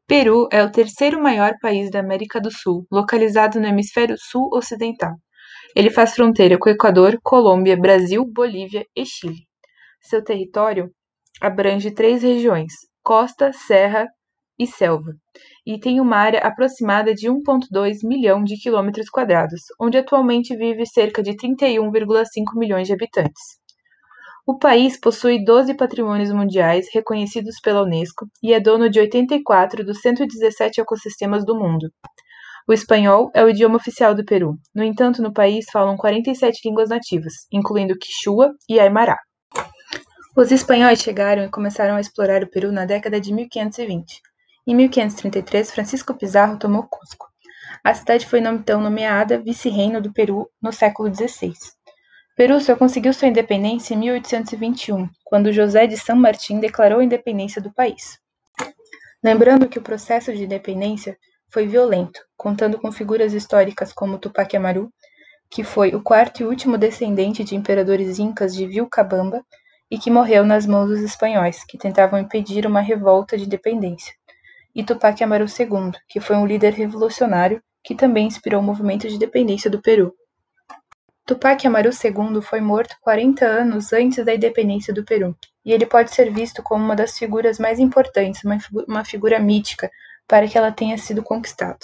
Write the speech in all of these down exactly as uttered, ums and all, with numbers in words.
Peru é o terceiro maior país da América do Sul, localizado no hemisfério sul ocidental. Ele faz fronteira com o Equador, Colômbia, Brasil, Bolívia e Chile. Seu território abrange três regiões: costa, serra e selva, e tem uma área aproximada de um vírgula dois milhão de quilômetros quadrados, onde atualmente vive cerca de trinta e um vírgula cinco milhões de habitantes. O país possui doze patrimônios mundiais reconhecidos pela Unesco e é dono de oitenta e quatro dos cento e dezessete ecossistemas do mundo. O espanhol é o idioma oficial do Peru. No entanto, no país falam quarenta e sete línguas nativas, incluindo Quichua e Aymara. Os espanhóis chegaram e começaram a explorar o Peru na década de mil quinhentos e vinte. Em mil quinhentos e trinta e três, Francisco Pizarro tomou Cusco. A cidade foi então nomeada vice-reino do Peru no século dezesseis. Peru só conseguiu sua independência em mil oitocentos e vinte e um, quando José de San Martín declarou a independência do país. Lembrando que o processo de independência foi violento, contando com figuras históricas como Tupac Amaru, que foi o quarto e último descendente de imperadores incas de Vilcabamba e que morreu nas mãos dos espanhóis, que tentavam impedir uma revolta de independência, e Tupac Amaru segundo, que foi um líder revolucionário que também inspirou o movimento de independência do Peru. Tupac Amaru segundo foi morto quarenta anos antes da independência do Peru, e ele pode ser visto como uma das figuras mais importantes, uma, figu- uma figura mítica, para que ela tenha sido conquistada.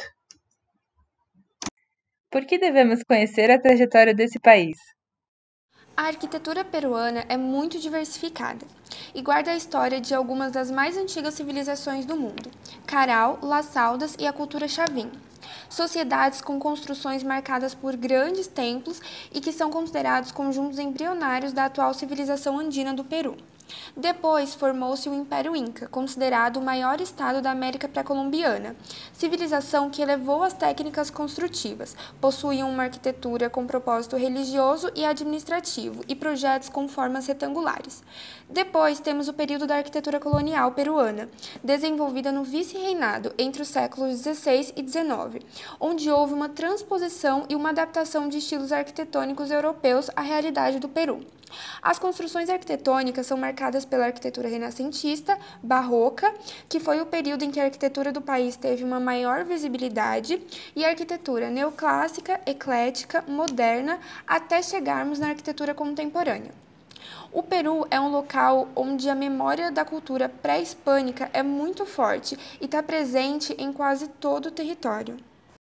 Por que devemos conhecer a trajetória desse país? A arquitetura peruana é muito diversificada e guarda a história de algumas das mais antigas civilizações do mundo: Caral, Las Saudas e a cultura Chavin. Sociedades com construções marcadas por grandes templos e que são considerados conjuntos embrionários da atual civilização andina do Peru. Depois formou-se o Império Inca, considerado o maior estado da América pré-colombiana, civilização que elevou as técnicas construtivas, possuíam uma arquitetura com propósito religioso e administrativo e projetos com formas retangulares. Depois temos o período da arquitetura colonial peruana, desenvolvida no vice-reinado entre os séculos dezesseis e dezenove, onde houve uma transposição e uma adaptação de estilos arquitetônicos europeus à realidade do Peru. As construções arquitetônicas são marcadas pela arquitetura renascentista, barroca, que foi o período em que a arquitetura do país teve uma maior visibilidade, e a arquitetura neoclássica, eclética, moderna, até chegarmos na arquitetura contemporânea. O Peru é um local onde a memória da cultura pré-hispânica é muito forte e está presente em quase todo o território.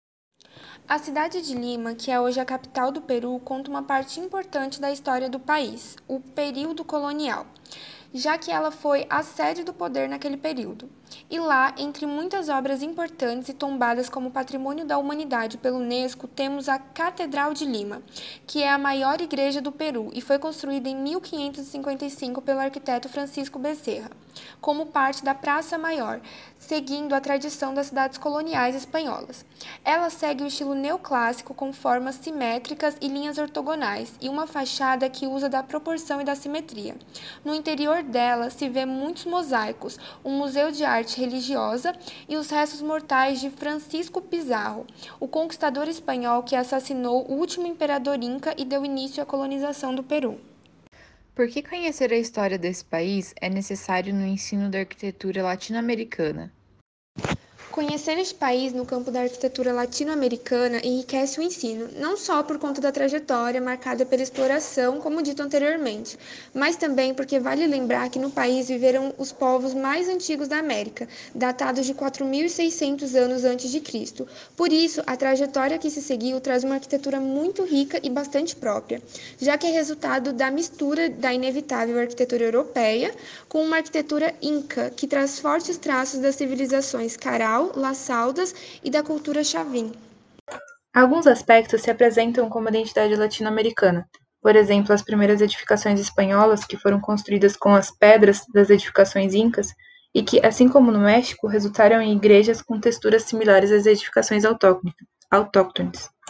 A cidade de Lima, que é hoje a capital do Peru, conta uma parte importante da história do país, o período colonial, já que ela foi a sede do poder naquele período. E lá, entre muitas obras importantes e tombadas como Patrimônio da Humanidade pela Unesco, temos a Catedral de Lima, que é a maior igreja do Peru e foi construída em mil quinhentos e cinquenta e cinco pelo arquiteto Francisco Bezerra, como parte da Praça Maior, seguindo a tradição das cidades coloniais espanholas. Ela segue o estilo neoclássico com formas simétricas e linhas ortogonais e uma fachada que usa da proporção e da simetria. No interior dela se vê muitos mosaicos, um museu de arte religiosa e os restos mortais de Francisco Pizarro, o conquistador espanhol que assassinou o último imperador inca e deu início à colonização do Peru. Por que conhecer a história desse país é necessário no ensino da arquitetura latino-americana? Conhecer este país no campo da arquitetura latino-americana enriquece o ensino, não só por conta da trajetória marcada pela exploração, como dito anteriormente, mas também porque vale lembrar que no país viveram os povos mais antigos da América, datados de quatro mil e seiscentos anos antes de Cristo. Por isso, a trajetória que se seguiu traz uma arquitetura muito rica e bastante própria, já que é resultado da mistura da inevitável arquitetura europeia com uma arquitetura inca, que traz fortes traços das civilizações Caral, Las Saudas e da cultura Chavin. Alguns aspectos se apresentam como identidade latino-americana. Por exemplo, as primeiras edificações espanholas, que foram construídas com as pedras das edificações incas e que, assim como no México, resultaram em igrejas com texturas similares às edificações autóctones.